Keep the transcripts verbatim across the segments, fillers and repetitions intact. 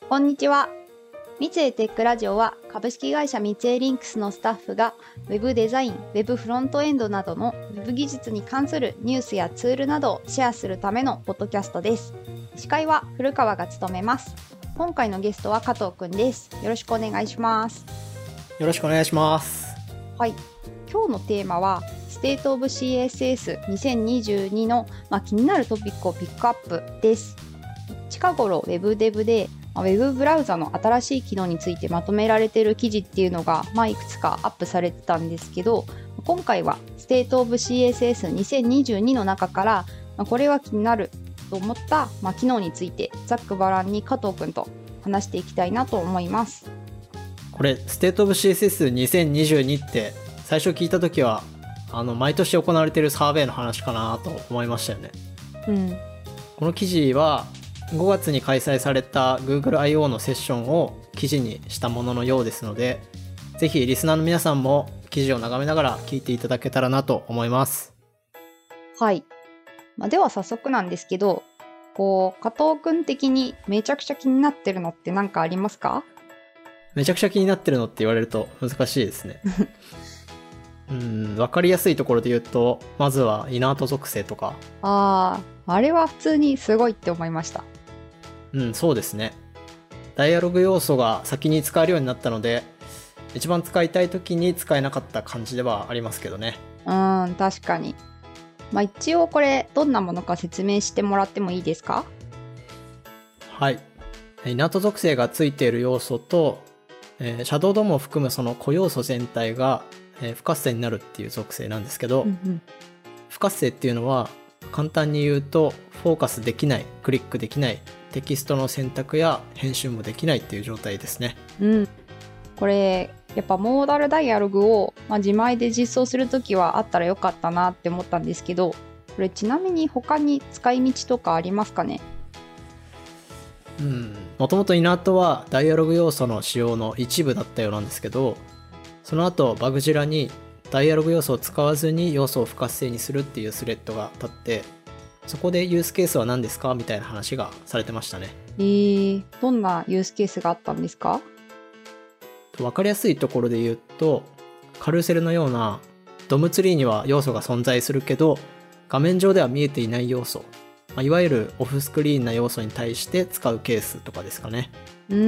こんにちは。三井テックラジオは株式会社三井リンクスのスタッフが Web デザイン、Web フロントエンドなどの Web 技術に関するニュースやツールなどをシェアするためのポッドキャストです。司会は古川が務めます。今回のゲストは加藤くんです。よろしくお願いします。 よろしくお願いします。 はい。今日のテーマはステートオブ シーエスエスにせんにじゅうに の、まあ、気になるトピックをピックアップです。近頃 Web デブでウェブブラウザの新しい機能についてまとめられている記事っていうのが、まあ、いくつかアップされてたんですけど、今回は State of シーエスエスにせんにじゅうに の中から、まあ、これは気になると思った、まあ、機能についてざっくばらんに加藤くんと話していきたいなと思います。 これ State of シーエスエスにせんにじゅうに って最初聞いた時はあの毎年行われているサーベイの話かなと思いましたよね。 うん、 この記事はごがつに開催された Google アイオー のセッションを記事にしたもののようですので、ぜひリスナーの皆さんも記事を眺めながら聞いていただけたらなと思います。 はい、まあ、では早速なんですけど、こう加藤くん的にめちゃくちゃ気になってるのって何かありますか？ めちゃくちゃ気になってるのって言われると難しいですね。うん、分かりやすいところで言うと、まずはイナート属性とか。 ああ、あれは普通にすごいって思いました。 うん、そうですね。ダイアログ要素が先に使えるようになったので、一番使いたい時に使えなかった感じではありますけどね。 うーん、確かに。まあ一応これどんなものか説明してもらってもいいですか？ はい。イナート属性がついている要素と、えー、シャドウドームを含むその子要素全体が、えー、不活性になるっていう属性なんですけど、 うんうん、 不活性っていうのは簡単に言うとフォーカスできない、クリックできない、テキストの選択や編集もできないっていう状態ですね。 うん、これやっぱモーダルダイアログを、まあ、自前で実装するときはあったらよかったなって思ったんですけど、これちなみに他に使い道とかありますかね？ うん、もともとイナートはダイアログ要素の使用の一部だったようなんですけど、その後バグジラにダイアログ要素を使わずに要素を不活性にするっていうスレッドが立って、そこでユースケースは何ですかみたいな話がされてましたね。 えー、どんなユースケースがあったんですか？ 分かりやすいところで言うと、カルーセルのような ドム ツリーには要素が存在するけど画面上では見えていない要素、まあ、いわゆるオフスクリーンな要素に対して使うケースとかですかね。 うん、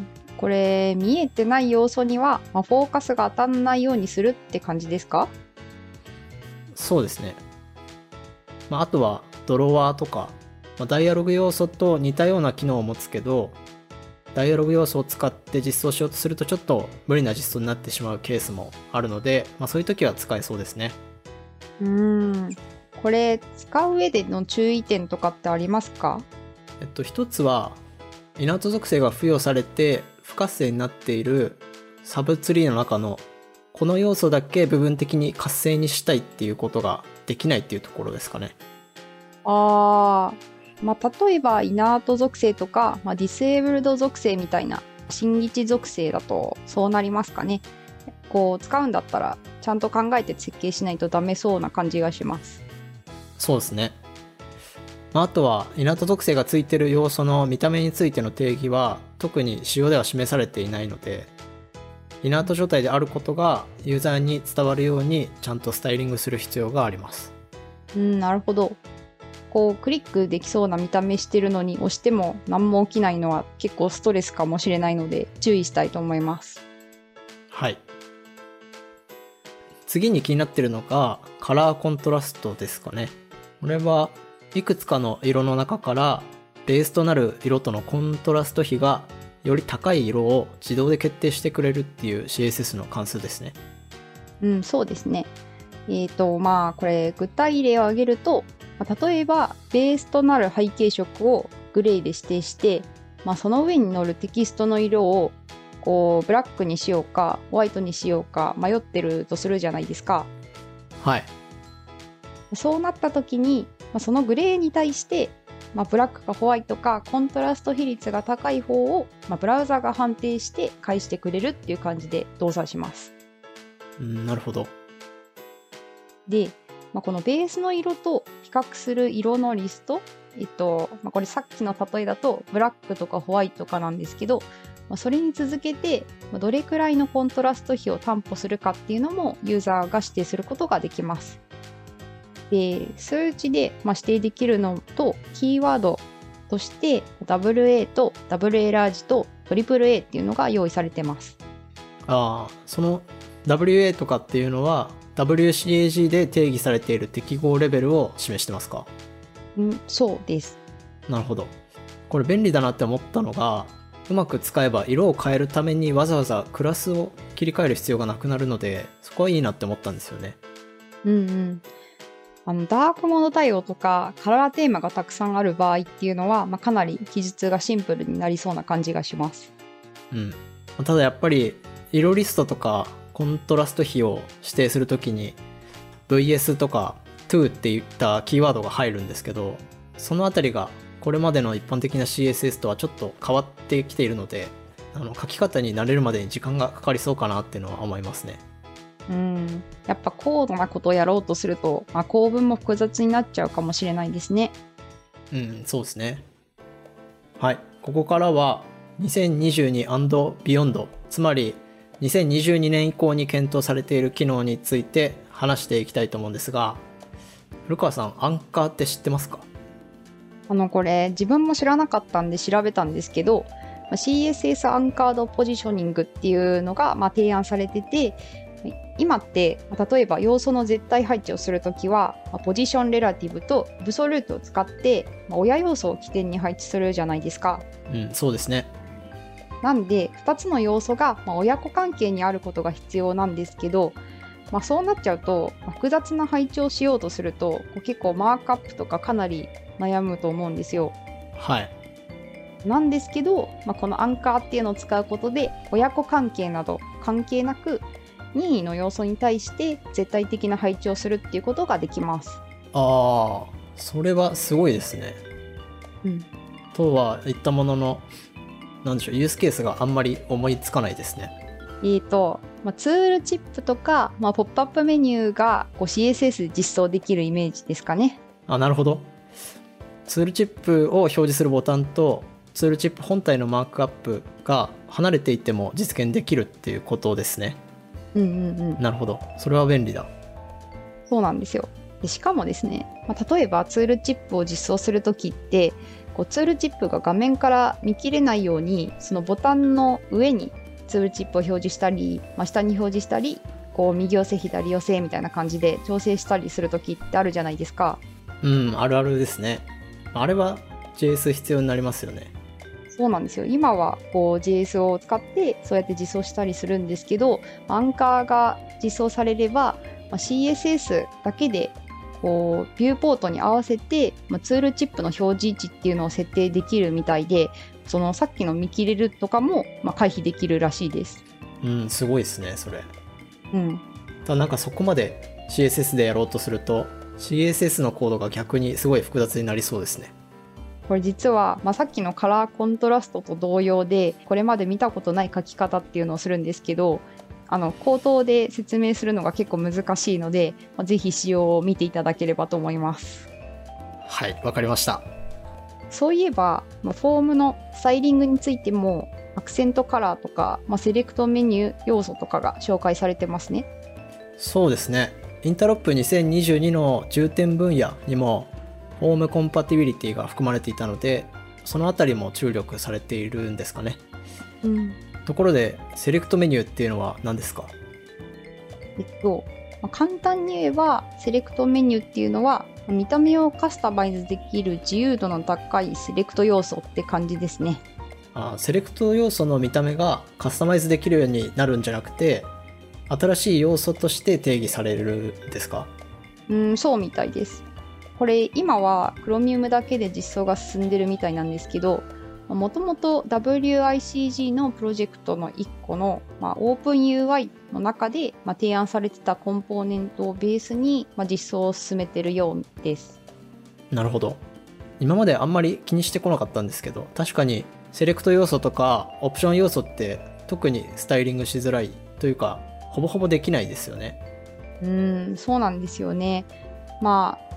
これ見えてない要素には、まあ、フォーカスが当たんないようにするって感じですか？ そうですね。まあ、あとはドロワーとか、まあ、ダイアログ要素と似たような機能を持つけど、ダイアログ要素を使って実装しようとするとちょっと無理な実装になってしまうケースもあるので、まあ、そういう時は使えそうですね。 うーん、これ使う上での注意点とかってありますか？ えっと一つはイナート属性が付与されて不活性になっているサブツリーの中のこの要素だけ部分的に活性にしたいっていうことができないっていうところですかね。 あー、まあ、例えばイナート属性とか、まあ、ディセーブルド属性みたいな新日属性だとそうなりますかね。こう使うんだったらちゃんと考えて設計しないとダメそうな感じがします。 そうですね。あとはイナート属性がついている要素の見た目についての定義は特に仕様では示されていないので、イナート状態であることがユーザーに伝わるようにちゃんとスタイリングする必要があります。 うん、なるほど。こうクリックできそうな見た目してるのに押しても何も起きないのは結構ストレスかもしれないので注意したいと思います。 はい。次に気になっているのがカラーコントラストですかね。これはいくつかの色の中からベースとなる色とのコントラスト比がより高い色を自動で決定してくれるっていう シーエスエス の関数ですね。 うん、そうですね。えっとまあこれ具体例を挙げると、まあ、例えばベースとなる背景色をグレーで指定して、まあ、その上に乗るテキストの色をこうブラックにしようかホワイトにしようか迷ってるとするじゃないですか。 はい。 そうなった時に、まあ、そのグレーに対して、まあ、ブラックかホワイトかコントラスト比率が高い方を、まあ、ブラウザが判定して返してくれるっていう感じで動作します。 うん、なるほど。 で、まあ、このベースの色と比較する色のリスト、 えっと、まあ、これさっきの例えだとブラックとかホワイトとかなんですけど、まあ、それに続けてどれくらいのコントラスト比を担保するかっていうのもユーザーが指定することができます。で、数値でまあ指定できるのとキーワードとして ダブリューエー と ダブリューエー ラージと トリプルエー っていうのが用意されてます。 ああ、その ダブリューエー とかっていうのは ダブリューシーエージー で定義されている適合レベルを示してますか？ うん、そうです。 なるほど。これ便利だなって思ったのが、うまく使えば色を変えるためにわざわざクラスを切り替える必要がなくなるので、そこはいいなって思ったんですよね。 うんうん。あのダークモード対応とかカラーテーマがたくさんある場合っていうのは、まあ、かなり記述がシンプルになりそうな感じがします。 うん。ただやっぱり色リストとかコントラスト比を指定するときに ブイエス とか トゥー っていったキーワードが入るんですけど、そのあたりがこれまでの一般的な シーエスエス とはちょっと変わってきているので、あの書き方に慣れるまでに時間がかかりそうかなっていうのは思いますね。 うん、やっぱ高度なことをやろうとすると、まあ、構文も複雑になっちゃうかもしれないですね。 うん、そうですね。はい、ここからはにせんにじゅうに &Beyond、 つまりにせんにじゅうにねん以降に検討されている機能について話していきたいと思うんですが、古川さん、アンカーって知ってますか？ あのこれ自分も知らなかったんで調べたんですけど、 シーエスエス アンカードポジショニングっていうのがまあ提案されてて、今って例えば要素の絶対配置をするときはポジションレラティブとブソルートを使って親要素を起点に配置するじゃないですか。 うん、そうですね。 なんでふたつの要素が親子関係にあることが必要なんですけど、まあ、そうなっちゃうと複雑な配置をしようとすると結構マークアップとかかなり悩むと思うんですよ。 はい。 なんですけど、まあ、このアンカーっていうのを使うことで親子関係など関係なく任意の要素に対して絶対的な配置をするっていうことができます。 ああ、それはすごいですね。 うん、 とは言ったものの、なんでしょう、ユースケースがあんまり思いつかないですね。 えーとまあ、ツールチップとか、まあ、ポップアップメニューがこう シーエスエス で実装できるイメージですかね。 あ、なるほど。ツールチップを表示するボタンとツールチップ本体のマークアップが離れていても実現できるっていうことですね。 うんうんうん。 なるほど。それは便利だ。 そうなんですよ。でしかもですね、まあ、例えばツールチップを実装するときってこうツールチップが画面から見切れないようにそのボタンの上にツールチップを表示したり、まあ、下に表示したりこう右寄せ左寄せみたいな感じで調整したりするときってあるじゃないですか。 うん、あるあるですね。あれは ジェイエス 必要になりますよね。 そうなんですよ。今はこう ジェイエス を使ってそうやって実装したりするんですけど、アンカーが実装されれば、まあ、シーエスエス だけでこうビューポートに合わせて、まあ、ツールチップの表示位置っていうのを設定できるみたいで、そのさっきの見切れるとかも、まあ、回避できるらしいです。 うん、すごいですね、それ。 うん。 ただなんかそこまで シーエスエス でやろうとすると シーエスエス のコードが逆にすごい複雑になりそうですね。 これ実は、まあ、さっきのカラーコントラストと同様でこれまで見たことない書き方っていうのをするんですけど、あの口頭で説明するのが結構難しいので、まあ、ぜひ仕様を見ていただければと思います。 はい、わかりました。 そういえば、まあ、フォームのスタイリングについてもアクセントカラーとか、まあ、セレクトメニュー要素とかが紹介されてますね。 そうですね。インタロップにせんにじゅうにの重点分野にもフォームコンパティビリティが含まれていたので、そのあたりも注力されているんですかね。 うん、 ところでセレクトメニューっていうのは何ですか？ えっと、まあ、簡単に言えばセレクトメニューっていうのは見た目をカスタマイズできる自由度の高いセレクト要素って感じですね。 あ、セレクト要素の見た目がカスタマイズできるようになるんじゃなくて、新しい要素として定義されるんですか？ うん、そうみたいです。これ今は Chromium だけで実装が進んでるみたいなんですけど、もともと ダブリューアイシージー のプロジェクトのいっこの、まあ、OpenUI の中で、まあ、提案されてたコンポーネントをベースに、まあ、実装を進めてるようです。 なるほど。今まであんまり気にしてこなかったんですけど、確かにセレクト要素とかオプション要素って特にスタイリングしづらいというか、ほぼほぼできないですよね。 うーん、そうなんですよね。まあ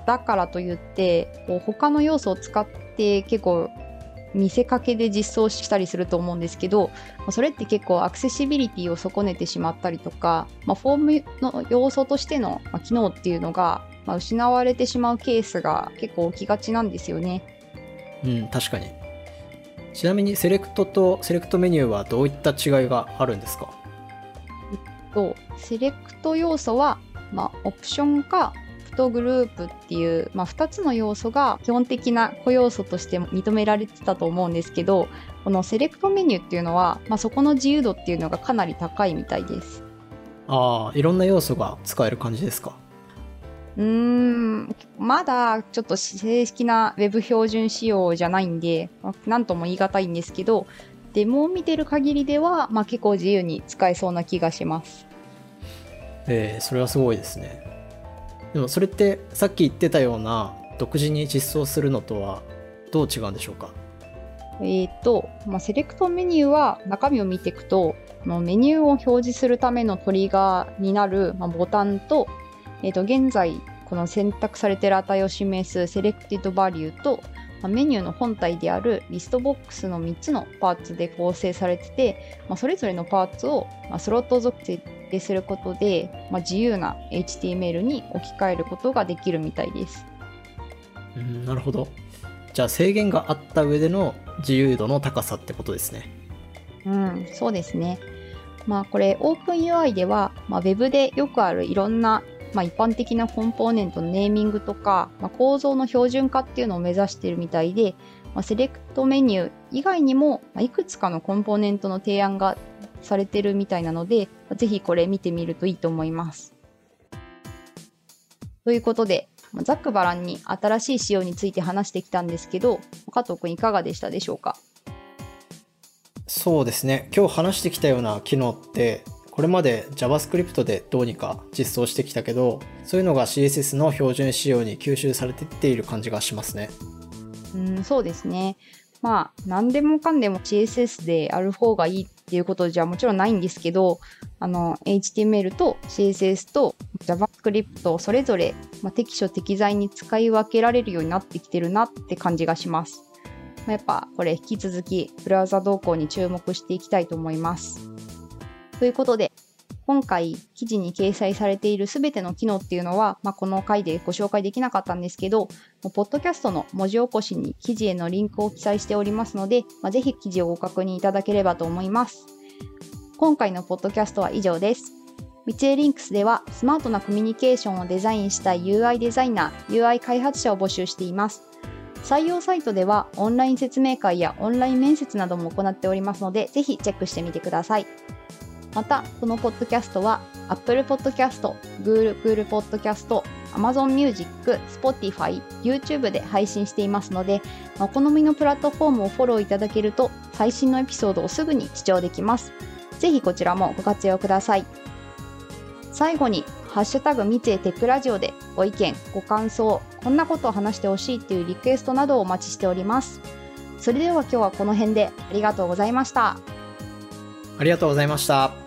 だからといってこう他の要素を使って結構見せかけで実装したりすると思うんですけど、それって結構アクセシビリティを損ねてしまったりとか、まあ、フォームの要素としての機能っていうのがまあ失われてしまうケースが結構起きがちなんですよね。 うん、確かに。ちなみにセレクトとセレクトメニューはどういった違いがあるんですか？ とセレクト要素は、まあ、オプションかプトグループっていう、まあ、ふたつの要素が基本的な個要素として認められてたと思うんですけど、このセレクトメニューっていうのは、まあ、そこの自由度っていうのがかなり高いみたいです。 ああ、いろんな要素が使える感じですか？ うーんまだちょっと正式な Web 標準仕様じゃないんで何とも言い難いんですけど、デモを見てる限りでは、まあ、結構自由に使えそうな気がします。 えー、それはすごいですね。でもそれってさっき言ってたような独自に実装するのとはどう違うんでしょうか？ えーとまあ、セレクトメニューは中身を見ていくとメニューを表示するためのトリガーになる、まあ、ボタンと、えーと現在この選択されている値を示すセレクティッドバリューと、まあ、メニューの本体であるリストボックスのみっつのパーツで構成されてて、まあ、それぞれのパーツを、まあ、スロット属性することで、まあ、自由な エイチティーエムエル に置き換えることができるみたいです。 うん、なるほど。じゃあ制限があった上での自由度の高さってことですね。 うん、そうですね。まあこれ OpenUI では、まあ、Web でよくあるいろんな、まあ、一般的なコンポーネントのネーミングとか、まあ、構造の標準化っていうのを目指しているみたいで、まあ、セレクトメニュー以外にも、まあ、いくつかのコンポーネントの提案がされてるみたいなので、ぜひこれ見てみるといいと思います。ということで、ざっくばらんに新しい仕様について話してきたんですけど、加藤くんいかがでしたでしょうか？ そうですね。今日話してきたような機能ってこれまで JavaScript でどうにか実装してきたけど、そういうのが シーエスエス の標準仕様に吸収されていっている感じがしますね。 うん、そうですね。まあ何でもかんでも シーエスエス である方がいいっていうことじゃもちろんないんですけど、あの エイチティーエムエル と シーエスエス と JavaScript それぞれ、まあ、適所適材に使い分けられるようになってきてるなって感じがします。まあ、やっぱこれ引き続きブラウザ動向に注目していきたいと思います。ということで今回記事に掲載されているすべての機能っていうのは、まあ、この回でご紹介できなかったんですけど、ポッドキャストの文字起こしに記事へのリンクを記載しておりますので、まあ、ぜひ記事をご確認いただければと思います。今回のポッドキャストは以上です。三井リンクスではスマートなコミュニケーションをデザインしたい ユーアイ デザイナー、ユーアイ 開発者を募集しています。採用サイトではオンライン説明会やオンライン面接なども行っておりますので、ぜひチェックしてみてください。また、このポッドキャストは Apple Podcast、Google Podcast、Amazon Music、Spotify、YouTube で配信していますので、お好みのプラットフォームをフォローいただけると最新のエピソードをすぐに視聴できます。ぜひこちらもご活用ください。最後に、ハッシュタグ三井テックラジオでご意見、ご感想、こんなことを話してほしいというリクエストなどをお待ちしております。それでは今日はこの辺でありがとうございました。 ありがとうございました。